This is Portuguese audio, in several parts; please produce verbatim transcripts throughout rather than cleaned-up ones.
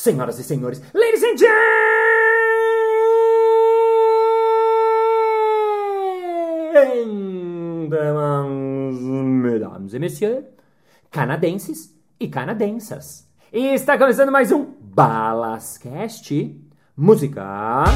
senhoras e senhores, ladies and gentlemen, mesdames e messieurs, canadenses e canadensas. E está começando mais um Balascast Música.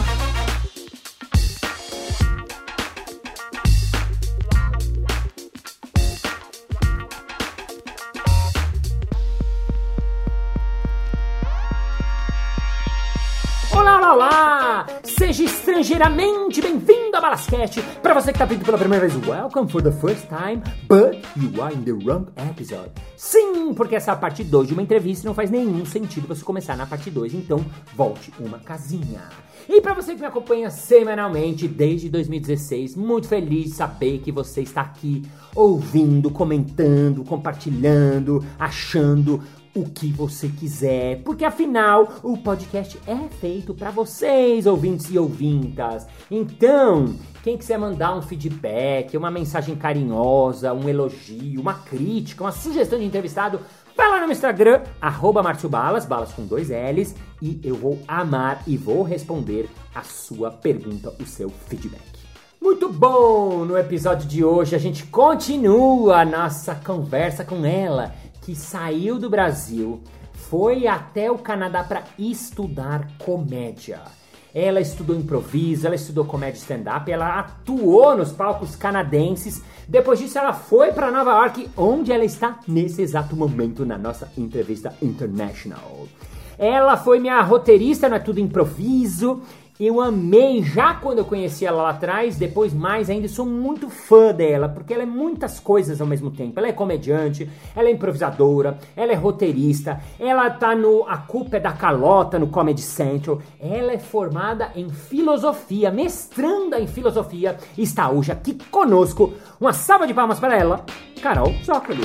Olá, olá, olá! Seja estrangeiramente bem-vindo a Balascast. Para você que está vindo pela primeira vez, welcome for the first time, but you are in the wrong episode. Sim, porque essa é a parte dois de uma entrevista e não faz nenhum sentido você começar na parte dois, então volte uma casinha. E para você que me acompanha semanalmente desde dois mil e dezesseis, muito feliz de saber que você está aqui ouvindo, comentando, compartilhando, achando o que você quiser, porque afinal o podcast é feito para vocês, ouvintes e ouvintas. Então, quem quiser mandar um feedback, uma mensagem carinhosa, um elogio, uma crítica, uma sugestão de entrevistado, vai lá no meu Instagram, arroba Márcio Balas, Balas com dois L's, e eu vou amar e vou responder a sua pergunta, o seu feedback. Muito bom! No episódio de hoje a gente continua a nossa conversa com ela, que saiu do Brasil, foi até o Canadá para estudar comédia. Ela estudou improviso, ela estudou comédia stand-up, ela atuou nos palcos canadenses. Depois disso ela foi para Nova York, onde ela está nesse exato momento na nossa entrevista international. Ela foi minha roteirista, não é tudo improviso. Eu amei já quando eu conheci ela lá atrás, depois mais ainda, sou muito fã dela, porque ela é muitas coisas ao mesmo tempo. Ela é comediante, ela é improvisadora, ela é roteirista, ela tá no A Culpa é da Carlota, no Comedy Central. Ela é formada em filosofia, mestranda em filosofia, e está hoje aqui conosco. Uma salva de palmas para ela, Carol Zócoli.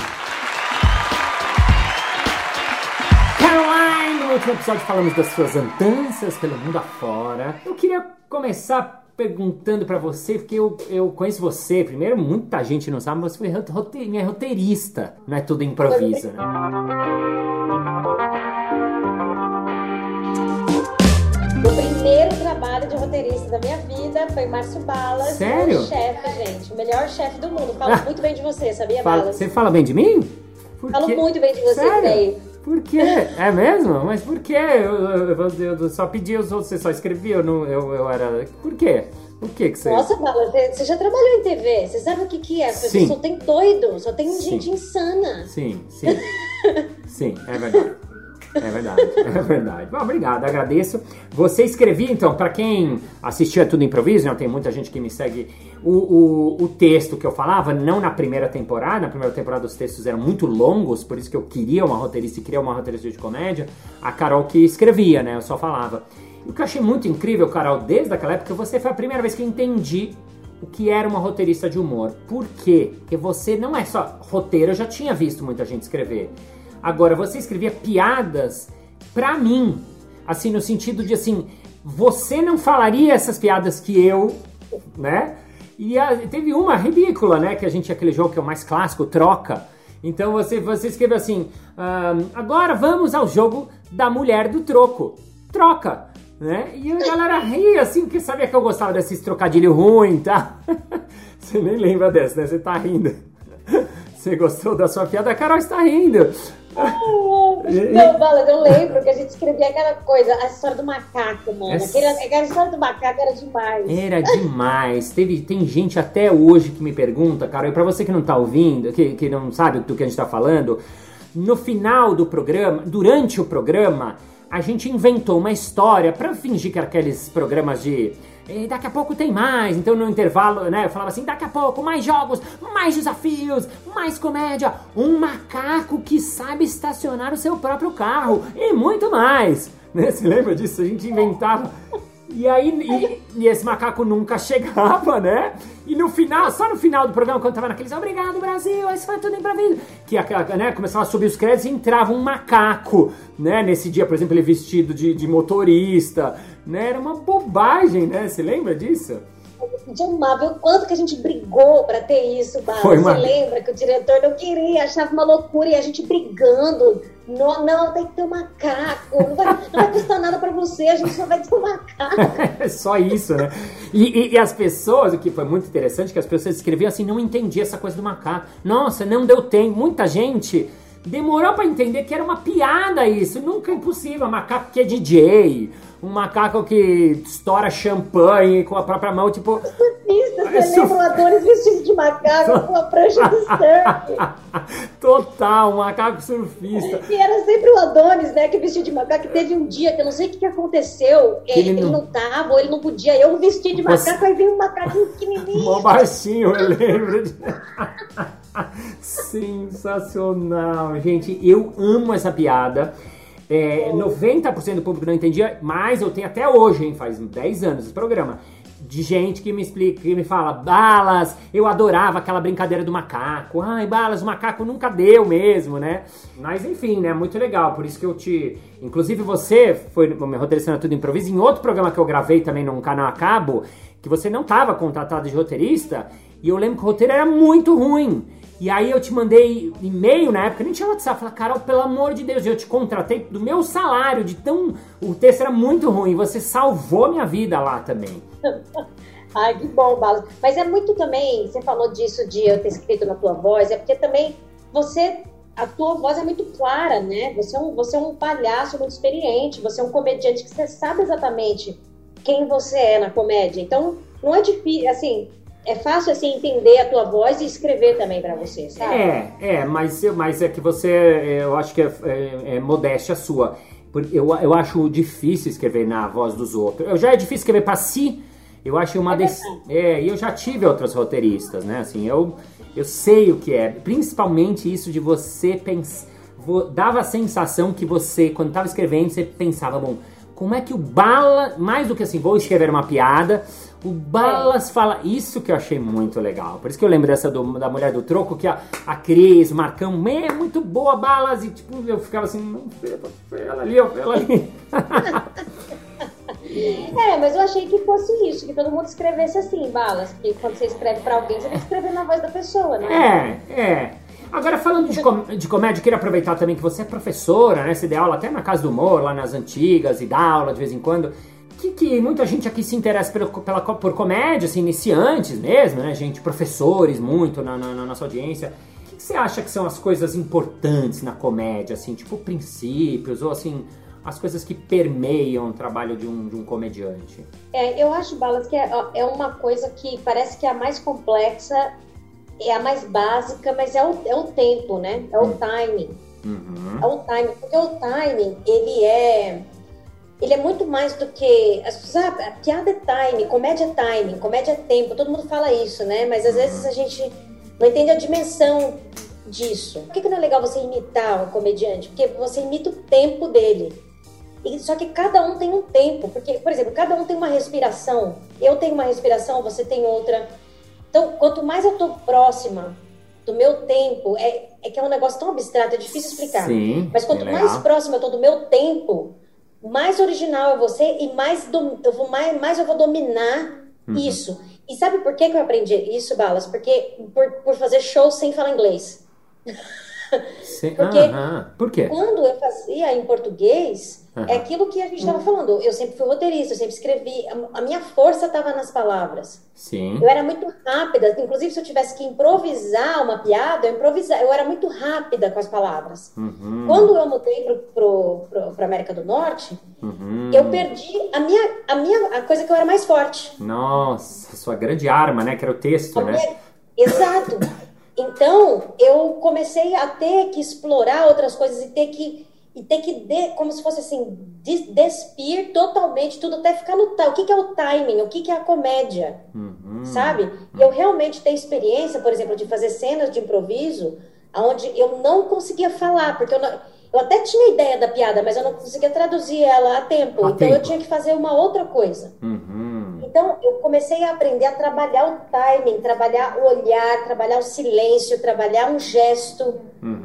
Caroline, no último episódio falamos das suas andanças pelo mundo afora. Eu queria começar perguntando pra você, porque eu, eu conheço você, primeiro, muita gente não sabe, mas você foi rote- minha roteirista, não é tudo improviso, né? O primeiro trabalho de roteirista da minha vida foi Márcio Balas. Sério? O chefe, gente, o melhor chefe do mundo. Falo muito bem de você, sabia, Fala, Balas? você fala bem de mim? Por Falo quê? muito bem de você, Sério? velho. Por quê? É mesmo? Mas por quê? Eu, eu, eu, eu só pedi os outros, você só escrevia, eu, não, eu, eu era... Por quê? Por que que você... Nossa, Balas, você já trabalhou em T V, você sabe o que que é? Sim. Só tem doido, só tem Sim. gente insana. Sim, sim. Sim, é verdade. É verdade, é verdade. Bom, obrigado, agradeço. Você escrevia, então, pra quem assistia Tudo Improviso, né, tem muita gente que me segue, o, o, o texto que eu falava, não na primeira temporada, na primeira temporada os textos eram muito longos, por isso que eu queria uma roteirista e queria uma roteirista de comédia, a Carol que escrevia, né, eu só falava. E o que eu achei muito incrível, Carol, desde aquela época, você foi a primeira vez que eu entendi o que era uma roteirista de humor. Por quê? Porque você não é só roteiro, eu já tinha visto muita gente escrever. Agora, você escrevia piadas pra mim, assim, no sentido de, assim, você não falaria essas piadas que eu, né? E a, teve uma ridícula, né? Que a gente, aquele jogo que é o mais clássico, troca. Então, você, você escreveu assim, ah, agora vamos ao jogo da mulher do troco. Troca, né? E a galera ria, assim, porque sabia que eu gostava desses trocadilhos ruins, tá? Você nem lembra dessa, né? Você tá rindo. Você gostou da sua piada? A Carol está rindo. Não, Balas, eu lembro que a gente escrevia aquela coisa, a história do macaco, mano. Essa... Aquela, aquela história do macaco era demais. Era demais. Teve, tem gente até hoje que me pergunta, Carol, e pra você que não tá ouvindo, que, que não sabe do que a gente tá falando, no final do programa, durante o programa, a gente inventou uma história pra fingir que era aqueles programas de... E daqui a pouco tem mais, então no intervalo, né, eu falava assim, daqui a pouco mais jogos, mais desafios, mais comédia, um macaco que sabe estacionar o seu próprio carro e muito mais, né, você lembra disso? A gente inventava, e aí, e, e esse macaco nunca chegava, né, e no final, só no final do programa, quando tava naqueles, obrigado Brasil, esse foi tudo improviso, que né, começava a subir os créditos e entrava um macaco, né, nesse dia, por exemplo, ele vestido de, de motorista, né? Era uma bobagem, né? Você lembra disso? De amava o quanto que a gente brigou pra ter isso, Balas. Foi uma... Você lembra que o diretor não queria, achava uma loucura e a gente brigando Não, não, tem que ter um macaco. Não vai, não vai custar nada pra você, a gente só vai ter um macaco. É só isso, né? E, e, e as pessoas, o que foi muito interessante, que as pessoas escreviam assim, não entendi essa coisa do macaco. Nossa, não deu tempo. Muita gente demorou pra entender que era uma piada isso. Nunca é impossível. Um macaco que é D J, um macaco que estoura champanhe com a própria mão, tipo... Surfistas, você surf... lembra Adonis vestido de macaco com a prancha do surf? Total, um macaco surfista. E era sempre o Adonis, né, que vestia de macaco, que teve um dia que eu não sei o que, que aconteceu, que ele, ele não... não tava, ou ele não podia, eu vesti de macaco, Você... aí veio um macaquinho pequenininho. Mó baixinho, eu lembro. De... Sensacional, gente, eu amo essa piada. É, noventa por cento do público não entendia, mas eu tenho até hoje, hein, faz dez anos esse programa, de gente que me explica, que me fala, Balas, eu adorava aquela brincadeira do macaco. Ai, Balas, o macaco nunca deu mesmo, né? Mas enfim, né, muito legal, por isso que eu te... Inclusive você foi me roteirista Tudo Improviso, em outro programa que eu gravei também num canal a cabo, que você não estava contratado de roteirista, e eu lembro que o roteiro era muito ruim. E aí eu te mandei e-mail na época, nem tinha WhatsApp, falei, Carol, pelo amor de Deus, eu te contratei do meu salário, de tão... O texto era muito ruim, você salvou minha vida lá também. Ai, que bom, Balas. Mas é muito também, você falou disso de eu ter escrito na tua voz, é porque também você, a tua voz é muito clara, né? Você é um, você é um palhaço muito experiente, você é um comediante que você sabe exatamente quem você é na comédia. Então, não é difícil, assim... É fácil, assim, entender a tua voz e escrever também pra você, sabe? É, é, mas, mas é que você, eu acho que é, é, é modéstia sua. Eu, eu acho difícil escrever na voz dos outros. Eu já é difícil escrever pra si, eu acho uma... É, des... é, e eu já tive outros roteiristas, né? Assim, eu, eu sei o que é. Principalmente isso de você pensar... Dava a sensação que você, quando tava escrevendo, você pensava, bom, como é que o Bala... Mais do que assim, vou escrever uma piada... O Balas é. fala isso que eu achei muito legal. Por isso que eu lembro dessa do, da Mulher do Troco, que a, a Cris, o Marcão, é muito boa, Balas. E tipo, eu ficava assim, não, foi ela ali, foi ela ali. É, mas eu achei que fosse isso, que todo mundo escrevesse assim, Balas. Porque quando você escreve pra alguém, você tem que escrever na voz da pessoa, né? É, é. Agora, falando de, com, de comédia, eu queria aproveitar também que você é professora, né? Você dá aula até na Casa do Humor, lá nas antigas, e dá aula de vez em quando. Que, que muita gente aqui se interessa pela, pela, por comédia, assim, iniciantes mesmo, né, gente, professores muito na, na, na nossa audiência. O que, que você acha que são as coisas importantes na comédia, assim, tipo princípios, ou assim, as coisas que permeiam o trabalho de um, de um comediante? É, eu acho, Balas, que é, é uma coisa que parece que é a mais complexa, é a mais básica, mas é o, é o tempo, né, é o hum. timing. Uhum. É o timing, porque o timing, ele é... Ele é muito mais do que... Sabe, a piada é timing, comédia é timing, comédia é tempo, todo mundo fala isso, né? Mas às vezes a gente não entende a dimensão disso. Por que, que não é legal você imitar um comediante? Porque você imita o tempo dele. E, só que cada um tem um tempo. Porque, por exemplo, cada um tem uma respiração. Eu tenho uma respiração, você tem outra. Então, quanto mais eu tô próxima do meu tempo, é, é que é um negócio tão abstrato, é difícil explicar. Sim, mas quanto mais próxima eu tô do meu tempo... mais original é você e mais, do, eu, vou, mais, mais eu vou dominar uhum. isso. E sabe por que, que eu aprendi isso, Balas? Porque por, por fazer show sem falar inglês. Sim. Porque ah, por quê? Quando eu fazia em português, uhum. é aquilo que a gente estava falando. Eu sempre fui roteirista, eu sempre escrevi. A, a minha força estava nas palavras. Sim. Eu era muito rápida. Inclusive, se eu tivesse que improvisar uma piada, eu improvisava. Eu era muito rápida com as palavras. Uhum. Quando eu mudei para a América do Norte, uhum. eu perdi a minha, a minha a coisa que eu era mais forte. Nossa, sua grande arma, né? Que era o texto, a né? Minha... Exato. Então, eu comecei a ter que explorar outras coisas e ter que, e ter que de, como se fosse assim, des, despir totalmente tudo até ficar no... O que, que é o timing? O que, que é a comédia? Uhum. Sabe? E eu realmente tenho experiência, por exemplo, de fazer cenas de improviso onde eu não conseguia falar, porque eu, não, eu até tinha ideia da piada, mas eu não conseguia traduzir ela a tempo. A então, tempo. eu tinha que fazer uma outra coisa. Uhum. Então, eu comecei a aprender a trabalhar o timing, trabalhar o olhar, trabalhar o silêncio, trabalhar um gesto, uhum. que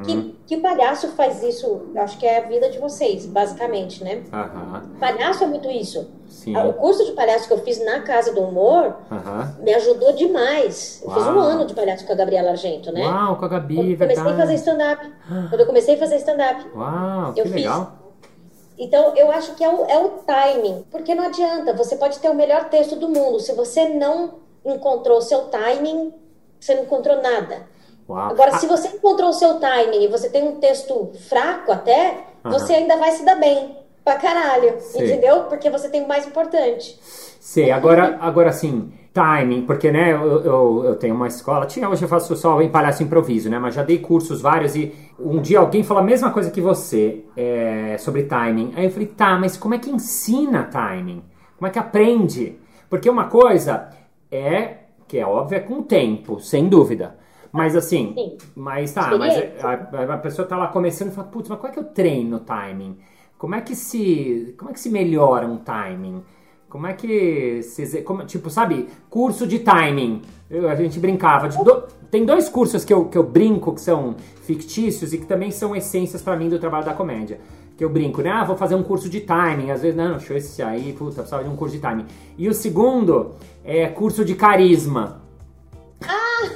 que o palhaço faz isso, acho que é a vida de vocês, basicamente, né? Uhum. Palhaço é muito isso. Sim. O curso de palhaço que eu fiz na Casa do Humor uhum. me ajudou demais. Eu Uau. fiz um ano de palhaço com a Gabriela Argento, né? Uau, com a Gabi, Quando eu comecei verdade. a fazer stand-up. Quando eu comecei a fazer stand-up. Uau, eu que fiz. legal. Então, eu acho que é o, é o timing. Porque não adianta, você pode ter o melhor texto do mundo. Se você não encontrou o seu timing, você não encontrou nada. Uau. Agora, ah. se você encontrou o seu timing e você tem um texto fraco até, uhum. você ainda vai se dar bem. Pra caralho, Sei. entendeu? Porque você tem o mais importante. Sei, agora, agora assim, timing, porque, né, eu, eu, eu tenho uma escola, tinha, hoje eu faço só em palhaço improviso, né, mas já dei cursos vários e um dia alguém falou a mesma coisa que você, é, sobre timing. Aí eu falei, tá, mas como é que ensina timing? Como é que aprende? Porque uma coisa é, que é óbvio, é com o tempo, sem dúvida. Mas assim, Sim. mas tá, mas a, a pessoa tá lá começando e fala, putz, mas como é que eu treino timing? Como é que se, como é que se melhora um timing? Como é que se, como, tipo, sabe, curso de timing. Eu, a gente brincava de do, tem dois cursos que eu, que eu brinco que são fictícios e que também são essências pra mim do trabalho da comédia. Que eu brinco, né? Ah, vou fazer um curso de timing. Às vezes, não, deixa eu esse aí, puta, precisava de um curso de timing. E o segundo é curso de carisma. Ah!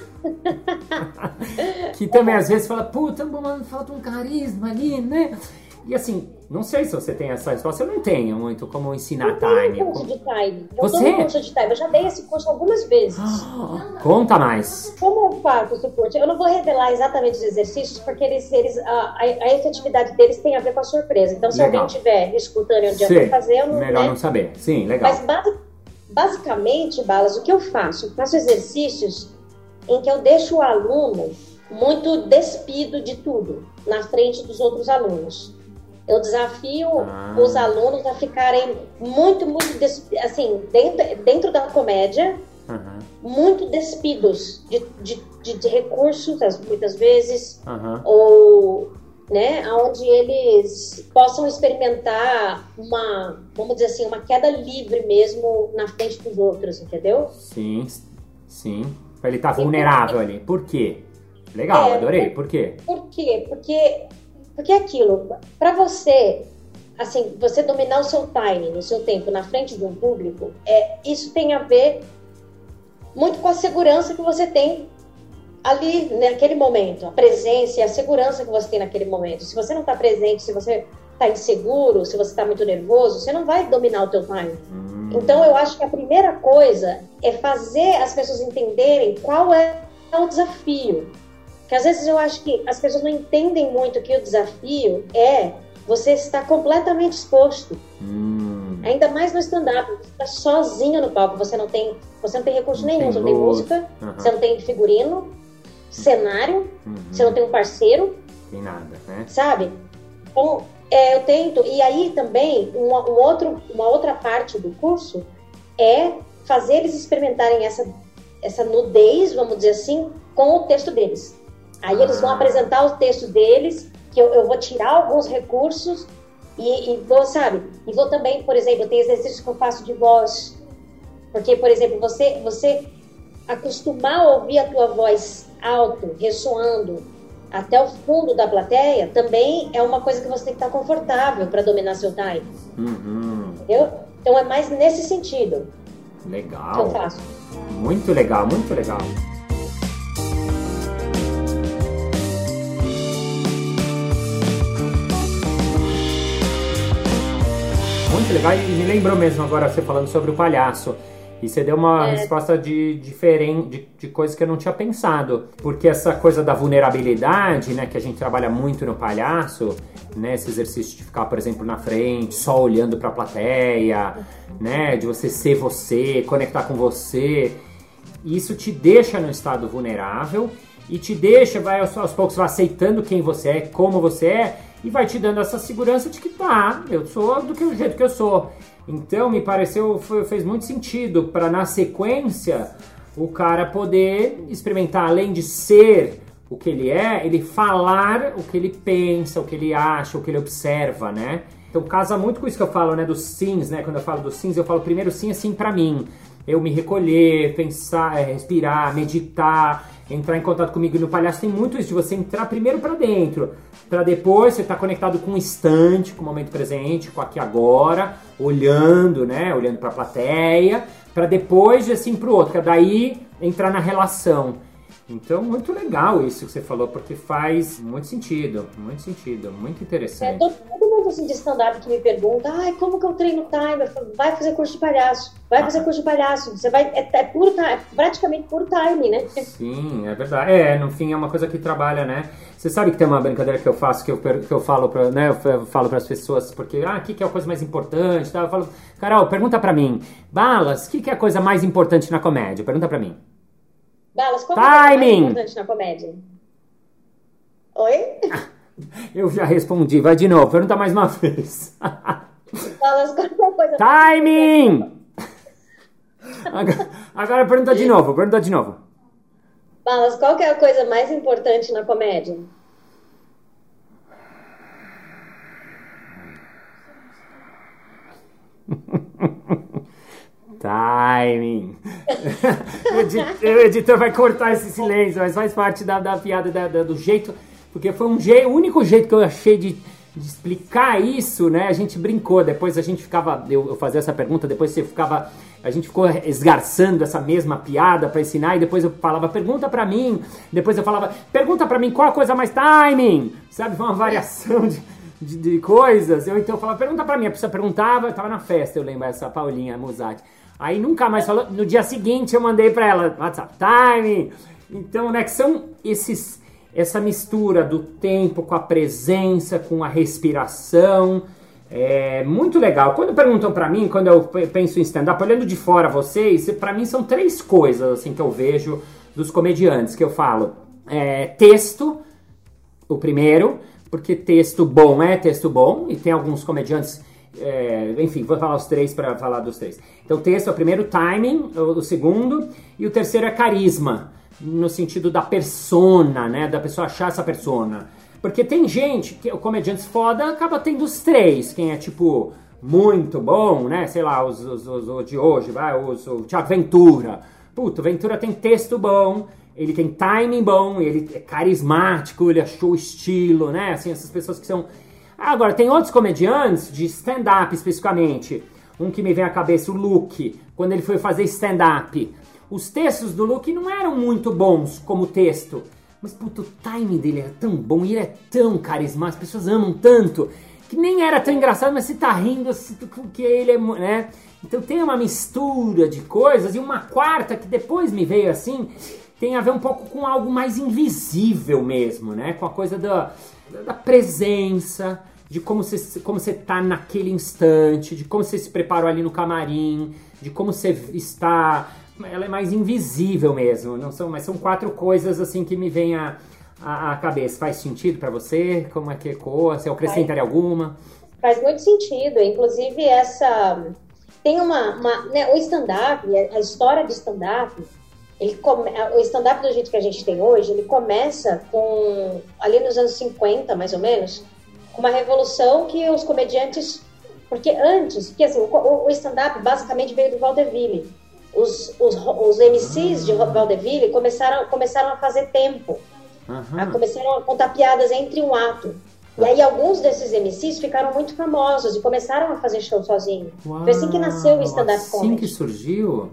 Que também às vezes fala, puta, mano, falta um carisma ali, né? E assim, não sei se você tem essa resposta, eu não tenho muito como ensinar time. Eu tenho um curso de time. Eu você? tenho um curso de time, eu já dei esse curso algumas vezes. Oh, conta mais. Como eu faço esse curso? Eu não vou revelar exatamente os exercícios, porque eles, eles, a, a efetividade deles tem a ver com a surpresa. Então, se legal. alguém estiver escutando onde eu vou fazer, eu não... Melhor né? não saber. Sim, legal. Mas basic, basicamente, Balas, o que eu faço? Eu faço exercícios em que eu deixo o aluno muito despido de tudo, na frente dos outros alunos. Eu desafio ah. os alunos a ficarem muito, muito, desp... assim, dentro, dentro da comédia, uhum. muito despidos de, de, de, de recursos, muitas vezes, uhum. ou, né, onde eles possam experimentar uma, vamos dizer assim, uma queda livre mesmo na frente dos outros, entendeu? Sim, sim. Ele tá vulnerável ali. Por quê? Legal, é, adorei. Por quê? Por quê? Porque... Porque é aquilo, para você, assim, você dominar o seu timing, o seu tempo na frente de um público, é, isso tem a ver muito com a segurança que você tem ali naquele momento, a presença e a segurança que você tem naquele momento. Se você não está presente, se você está inseguro, se você está muito nervoso, você não vai dominar o teu timing. Hum. Então eu acho que a primeira coisa é fazer as pessoas entenderem qual é o desafio. Porque às vezes eu acho que as pessoas não entendem muito que o desafio é você estar completamente exposto. Hum. Ainda mais no stand-up, você está sozinho no palco, você não tem, você não tem recurso não nenhum, tem você não tem música, uhum. você não tem figurino, cenário, uhum. você não tem um parceiro. Tem nada, né? Sabe? Então, é, eu tento, e aí também, uma, um outro, uma outra parte do curso é fazer eles experimentarem essa, essa nudez, vamos dizer assim, com o texto deles. Aí eles vão apresentar o texto deles, que eu, eu vou tirar alguns recursos e, e vou, sabe? E vou também, por exemplo, tem exercícios que eu faço de voz. Porque, por exemplo, você, você acostumar a ouvir a tua voz alto, ressoando até o fundo da plateia, também é uma coisa que você tem que estar confortável para dominar seu time. Uhum. Entendeu? Então é mais nesse sentido. Legal. Que eu faço. Muito legal, muito legal. Muito legal, e me lembrou mesmo agora você falando sobre o palhaço. E você deu uma é. resposta de, diferente, de, de coisas que eu não tinha pensado. Porque essa coisa da vulnerabilidade, né, que a gente trabalha muito no palhaço, né, esse exercício de ficar, por exemplo, na frente, só olhando pra plateia, né, de você ser você, conectar com você. Isso te deixa num estado vulnerável e te deixa, vai aos, aos poucos, vai aceitando quem você é, como você é, e vai te dando essa segurança de que tá, eu sou do que, do jeito que eu sou. Então me pareceu, foi, fez muito sentido para na sequência o cara poder experimentar, além de ser o que ele é, ele falar o que ele pensa, o que ele acha, o que ele observa, né? Então casa muito com isso que eu falo, né, dos sims, né? Quando eu falo dos sims, eu falo primeiro sim assim para mim. Eu me recolher, pensar, respirar, meditar, entrar em contato comigo no Palhaço tem muito isso, de você entrar primeiro pra dentro, pra depois você estar conectado com o instante, com o momento presente, com aqui agora, olhando, né, olhando pra plateia, pra depois de assim pro outro, que daí entrar na relação. Então, muito legal isso que você falou, porque faz muito sentido, muito sentido, muito interessante. É, todo, todo mundo assim, de stand-up que me pergunta, ai, como que eu treino time? Eu falo, vai fazer curso de palhaço, vai ah. fazer curso de palhaço, você vai, é, é, puro, é praticamente puro time, né? Sim, é verdade. É, no fim é uma coisa que trabalha, né? Você sabe que tem uma brincadeira que eu faço, que eu, que eu falo para, né, eu falo para as pessoas, porque, ah, o que, que é a coisa mais importante? Tá? Eu falo, Carol, pergunta para mim, Balas, o que, que é a coisa mais importante na comédia? Pergunta para mim. Balas, qual é a coisa mais importante na comédia? Oi? Eu já respondi, vai de novo, pergunta mais uma vez. Balas, qual é a coisa Timing! Agora, agora pergunta de novo, pergunta de novo. Balas, qual que é a coisa mais importante na comédia? Timing. o, editor, o editor vai cortar esse silêncio, mas faz parte da, da piada, da, da, do jeito, porque foi um jeito, o único jeito que eu achei de, de explicar isso, né? A gente brincou, depois a gente ficava, eu, eu fazia essa pergunta, depois você ficava, a gente ficou esgarçando essa mesma piada pra ensinar, e depois eu falava, pergunta pra mim, depois eu falava, pergunta pra mim qual a coisa mais timing, sabe? Foi uma variação de... De, de coisas, eu então falava, pergunta pra mim, a pessoa perguntava, eu tava na festa, eu lembro, essa Paulinha Musatti, aí nunca mais falou, no dia seguinte eu mandei pra ela, WhatsApp, time, então, né, que são esses, essa mistura do tempo com a presença, com a respiração, é muito legal. Quando perguntam pra mim, quando eu penso em stand-up, olhando de fora vocês, pra mim são três coisas, assim, que eu vejo dos comediantes, que eu falo, é, texto, o primeiro, porque texto bom é texto bom, e tem alguns comediantes, é, enfim, vou falar os três para falar dos três. Então, texto é o primeiro, timing, o, o segundo, e o terceiro é carisma, no sentido da persona, né, da pessoa achar essa persona. Porque tem gente, que o comediante foda acaba tendo os três, quem é, tipo, muito bom, né, sei lá, os, os, os, os de hoje, vai, os, o Thiago Ventura. Puto, Ventura tem texto bom, ele tem timing bom, ele é carismático, ele achou o estilo, né? Assim, essas pessoas que são... Agora, tem outros comediantes de stand-up, especificamente. Um que me vem à cabeça, o Luke, quando ele foi fazer stand-up. Os textos do Luke não eram muito bons como texto. Mas, puto, o timing dele era tão bom e ele é tão carismático, as pessoas amam tanto, que nem era tão engraçado, mas você tá rindo, que ele é... né? Então tem uma mistura de coisas, e uma quarta que depois me veio assim... tem a ver um pouco com algo mais invisível mesmo, né? Com a coisa da, da presença, de como você, como você tá naquele instante, de como você se preparou ali no camarim, de como você está... Ela é mais invisível mesmo, não são, mas são quatro coisas assim que me vêm à, à, à cabeça. Faz sentido pra você? Como é que ecoa? Você acrescentaria alguma? Faz muito sentido, inclusive essa... Tem uma... uma né, o stand-up, a história de stand-up, Ele come... o stand-up do jeito que a gente tem hoje, ele começa com, ali nos anos cinquenta, mais ou menos, com uma revolução que os comediantes... Porque antes, porque assim, o, o stand-up basicamente veio do vaudeville. Os, os, os M Cs de vaudeville começaram, começaram a fazer tempo. Uhum. Começaram a contar piadas entre um ato. E aí alguns desses M Cs ficaram muito famosos e começaram a fazer show sozinhos. Foi assim que nasceu o stand-up comedy. Assim que surgiu...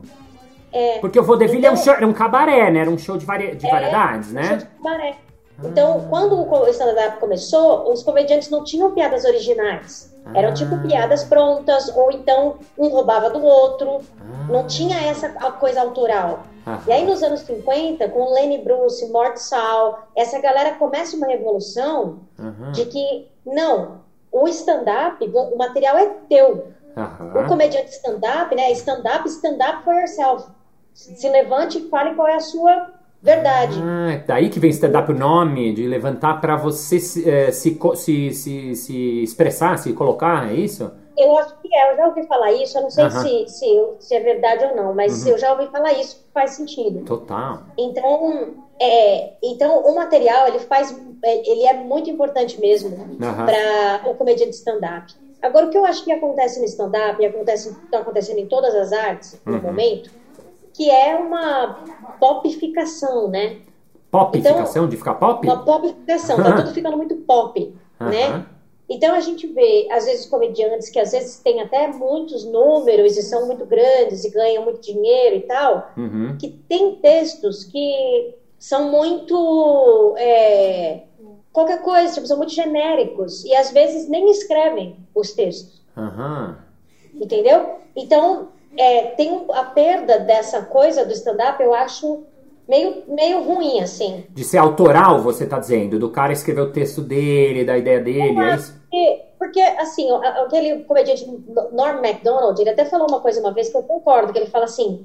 É, porque o vaudeville então, é um show, era um cabaré, né? Era um show de, vari, de é, variedades, né? Um show de cabaré. Então, ah. quando o stand-up começou, os comediantes não tinham piadas originais. Ah. Eram tipo piadas prontas, ou então um roubava do outro. Ah. Não tinha essa coisa autoral. Ah. E aí, nos anos cinquenta, com Lenny Bruce, Mort Sahl, essa galera começa uma revolução ah. de que, não, o stand-up, o material é teu. Ah. O comediante stand-up, né? Stand-up, stand-up for yourself. Se levante e fale qual é a sua verdade. Ah, daí que vem stand-up o nome, de levantar para você se, é, se, se, se, se expressar, se colocar, é isso? Eu acho que é, eu já ouvi falar isso, eu não sei uh-huh. se, se, se é verdade ou não, mas uh-huh. eu já ouvi falar isso, faz sentido. Total. Então, é, então o material, ele faz, ele é muito importante mesmo uh-huh. para o comediante stand-up. Agora, o que eu acho que acontece no stand-up, e acontece, está acontecendo em todas as artes, no uhum. momento, que é uma popificação, né? Popificação, então, de ficar pop? Uma popificação, tá tudo ficando muito pop, né? Então a gente vê, às vezes, comediantes que às vezes têm até muitos números e são muito grandes e ganham muito dinheiro e tal, uhum. que tem textos que são muito... É, qualquer coisa, tipo, são muito genéricos e às vezes nem escrevem os textos. Uhum. Entendeu? Então, é, tem a perda dessa coisa do stand-up, eu acho... Meio, meio ruim, assim. De ser autoral, você tá dizendo? Do cara escrever o texto dele, da ideia dele, é isso? Porque, porque, assim, aquele comediante Norm Macdonald, ele até falou uma coisa uma vez que eu concordo, que ele fala assim,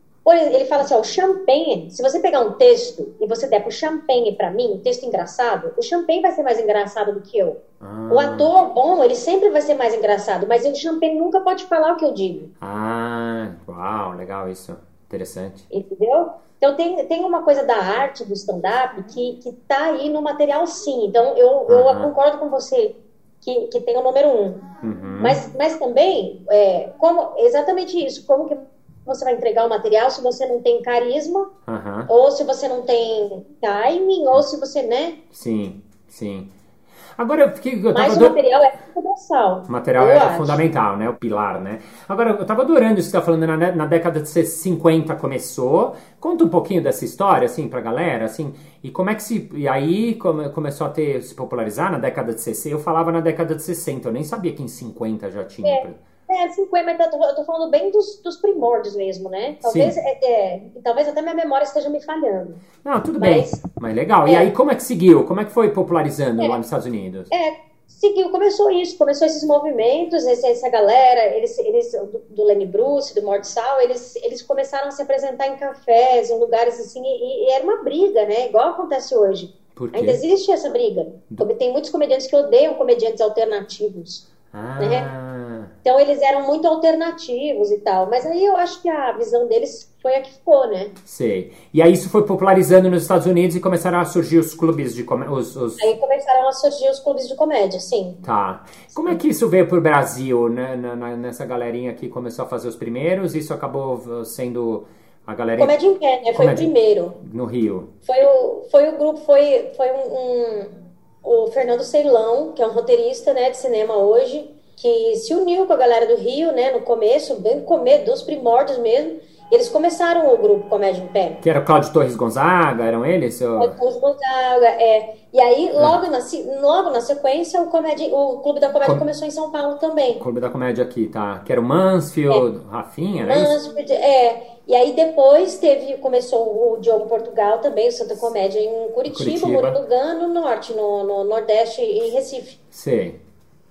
ele fala assim, ó, o Champagne, se você pegar um texto e você der pro Champagne pra mim, um texto engraçado, o Champagne vai ser mais engraçado do que eu. Ah. O ator bom, ele sempre vai ser mais engraçado, mas o Champagne nunca pode falar o que eu digo. Ah, uau, legal isso. Interessante. Entendeu? Então, tem, tem uma coisa da arte do stand-up que, que tá aí no material, sim. Então, eu, uhum. eu concordo com você que, que tem o número um. Uhum. Mas, mas também, é, como, exatamente isso. Como que você vai entregar o material se você não tem carisma, uhum. ou se você não tem timing, ou se você, né? Sim, sim. Agora, eu fiquei... Eu Mas tava o do... material é fundamental. O material é acho. fundamental, né? O pilar, né? Agora, eu tava adorando isso que você tá falando, na, na década de cinquenta começou. Conta um pouquinho dessa história, assim, pra galera, assim. E como é que se... E aí come, começou a ter, se popularizar na década de sessenta. Eu falava na década de sessenta, eu nem sabia que em cinquenta já tinha... É. É, cinquenta, mas eu tô, eu tô falando bem dos, dos primórdios mesmo, né? Talvez, é, é, talvez até minha memória esteja me falhando. Não, tudo mas, bem, mas legal. É, e aí, como é que seguiu? Como é que foi popularizando é, lá nos Estados Unidos? É, seguiu, começou isso, começou esses movimentos, essa, essa galera, eles, eles, do, do Lenny Bruce, do Mort Sahl, eles, eles começaram a se apresentar em cafés, em lugares assim, e, e era uma briga, né? Igual acontece hoje. Por quê? Ainda existe essa briga. Tem muitos comediantes que odeiam comediantes alternativos. Ah... Né? Então eles eram muito alternativos e tal, mas aí eu acho que a visão deles foi a que ficou, né? Sei. E aí isso foi popularizando nos Estados Unidos e começaram a surgir os clubes de comédia. Os, os... Aí começaram a surgir os clubes de comédia, sim. Tá. Como é que isso veio pro Brasil, né? Nessa galerinha que começou a fazer os primeiros, isso acabou sendo a galerinha... Comédia em Pé, né? Foi comédia... o primeiro. No Rio. Foi o, foi o grupo, foi, foi um, um... O Fernando Ceilão, que é um roteirista, né, de cinema hoje, que se uniu com a galera do Rio, né, no começo, bem no começo, dos primórdios mesmo, e eles começaram o grupo Comédia em Pé. Que era o Cláudio Torres Gonzaga, eram eles? Ou... Cláudio Torres Gonzaga, é. E aí, logo, é. na, logo na sequência, o, comédia, o Clube da Comédia Com... começou em São Paulo também. O Clube da Comédia aqui, tá? Que era o Mansfield, é. Rafinha, né? Mansfield, é. E aí depois teve, começou o Diogo Portugal também, o Santa Comédia em Curitiba, Curitiba. Murilo Gun, no Norte, no, no Nordeste e Recife. Sei.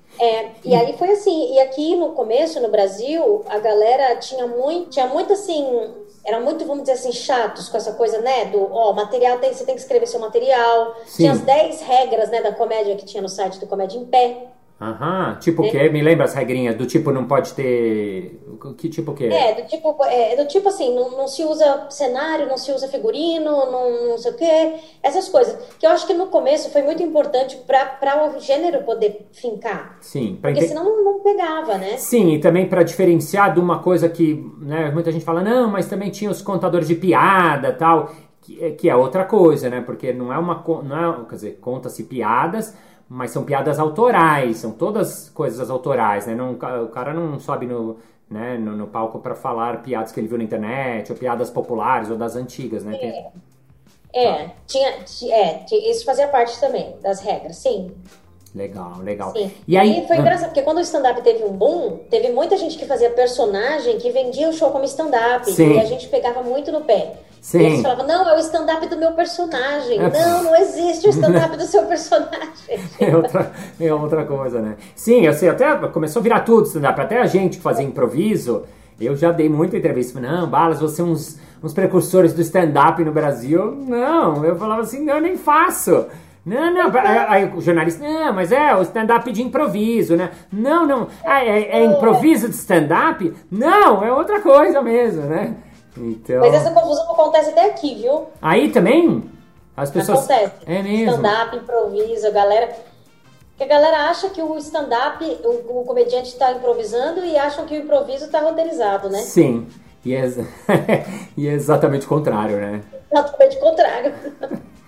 É, e aí foi assim, e aqui no começo, no Brasil, a galera tinha muito, tinha muito assim, era muito, vamos dizer assim, chatos com essa coisa, né, do, ó, material, tem, você tem que escrever seu material, Sim. tinha as dez regras, né, da comédia que tinha no site do Comédia em Pé. Aham, tipo o é. quê? Me lembra as regrinhas, do tipo não pode ter... Que tipo o quê? É, do tipo, é, do tipo assim, não, não se usa cenário, não se usa figurino, não, não sei o quê, essas coisas. Que eu acho que no começo foi muito importante para o gênero poder fincar. Sim. Porque ente... senão não, não pegava, né? Sim, e também para diferenciar de uma coisa que, né, muita gente fala, não, mas também tinha os contadores de piada e tal, que, que é outra coisa, né? Porque não é uma... Não é, quer dizer, conta-se piadas... Mas são piadas autorais, são todas coisas autorais, né? Não, o cara não sobe no, né, no, no palco para falar piadas que ele viu na internet, ou piadas populares, ou das antigas, né? É, é, ah. tinha, é isso fazia parte também das regras, sim. Legal, legal. Sim. E aí foi engraçado, porque quando o stand-up teve um boom, teve muita gente que fazia personagem que vendia o show como stand-up, e a gente pegava muito no pé. Sim. E eles falavam, não, é o stand-up do meu personagem. É. Não, não existe o stand-up do seu personagem. É outra, é outra coisa, né? Sim, eu sei, até começou a virar tudo stand-up. Até a gente que fazia improviso, eu já dei muita entrevista. Falei, não, Balas, você é uns, uns precursores do stand-up no Brasil. Não, eu falava assim, não, eu nem faço. Não, não, aí o jornalista, não, mas é o stand-up de improviso, né? Não, não, ah, é, é improviso de stand-up? Não, é outra coisa mesmo, né? Então... Mas essa confusão acontece até aqui, viu? Aí também? As pessoas... Acontece. É mesmo? Stand-up, improviso, a galera... Porque a galera acha que o stand-up, o, o comediante está improvisando e acham que o improviso está roteirizado, né? Sim. E é, e é exatamente o contrário, né? Exatamente o contrário.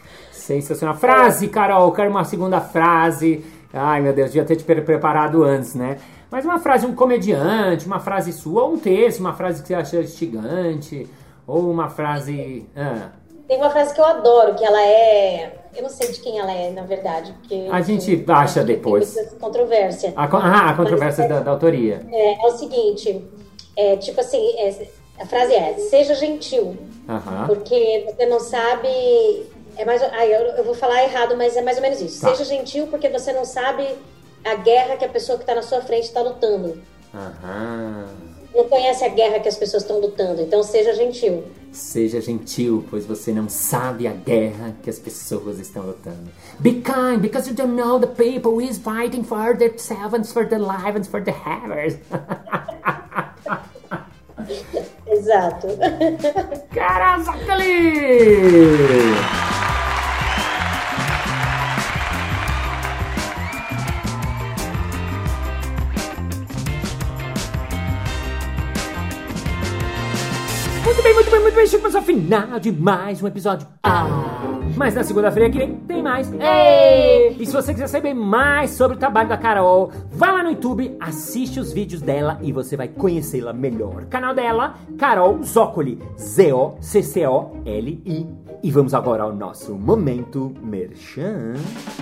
Sensacional. Frase, Carol, quero uma segunda frase. Ai, meu Deus, devia ter te preparado antes, né? Mas uma frase, um comediante, uma frase sua, ou um texto, uma frase que você acha instigante, ou uma frase... Ah. Tem uma frase que eu adoro, que ela é... Eu não sei de quem ela é, na verdade. Porque, a gente enfim, acha depois. Tem controvérsia. A, ah, a controvérsia da, da autoria. É, é o seguinte, é, tipo assim, é, a frase é, seja gentil, uh-huh. porque você não sabe... É mais, ah, eu, eu vou falar errado, mas é mais ou menos isso. Tá. Seja gentil porque você não sabe a guerra que a pessoa que está na sua frente está lutando. Aham. Não conhece a guerra que as pessoas estão lutando, então seja gentil. Seja gentil, pois você não sabe a guerra que as pessoas estão lutando. Be kind, because you don't know the people who is fighting for themselves, for their lives, and for the havers. Exato. Caraca, ali! Muito bem, muito bem, muito bem. Chegamos ao final de mais um episódio. Ah, mas na segunda-feira que vem tem mais. Ei! E se você quiser saber mais sobre o trabalho da Carol, vai lá no YouTube, assiste os vídeos dela e você vai conhecê-la melhor. O canal dela, Carol Zoccoli, Z O C C O L I. E vamos agora ao nosso Momento Merchan.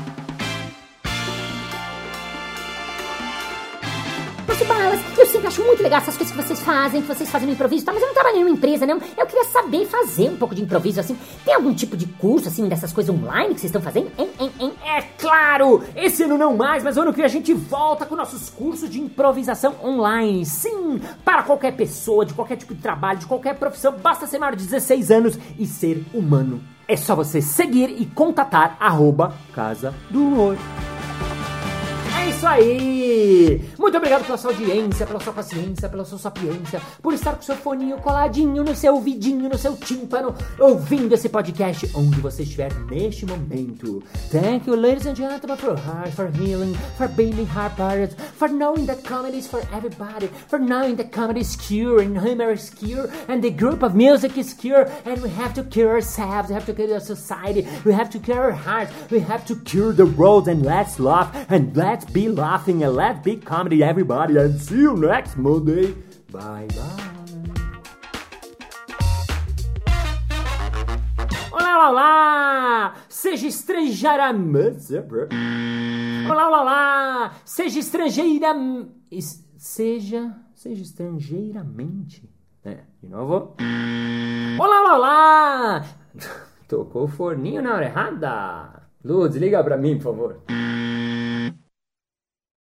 Balas, eu sempre acho muito legal essas coisas que vocês fazem, que vocês fazem no improviso, tá? Mas eu não trabalho em uma empresa, não. Eu queria saber fazer um pouco de improviso, assim. Tem algum tipo de curso, assim, dessas coisas online que vocês estão fazendo? Hein, hein, hein? É claro! Esse ano não mais, mas o ano que a gente volta com nossos cursos de improvisação online. Sim! Para qualquer pessoa, de qualquer tipo de trabalho, de qualquer profissão, basta ser maior de dezesseis anos e ser humano. É só você seguir e contatar arroba Casa do Humor. É isso aí! Muito obrigado pela sua audiência, pela sua paciência, pela sua sapiência, por estar com seu foninho coladinho no seu ouvidinho, no seu tímpano, ouvindo esse podcast onde você estiver neste momento. Thank you, ladies and gentlemen, for heart, for healing, for being hard-hearted, for knowing that comedy is for everybody, for knowing that comedy is cure, and humor is cure, and the group of music is cure, and we have to cure ourselves, we have to cure our society, we have to cure our hearts, we have to cure the world, and let's laugh, and let's be laughing, and let's be comedy, everybody, and see you next Monday. Bye bye. Olá, olá, olá! Seja estrangeiramente. Olá, olá, olá! Seja estrangeira. Seja. Seja estrangeiramente. É, de novo. Olá, olá, olá! Tocou o forninho na hora errada. Lu, desliga pra mim, por favor.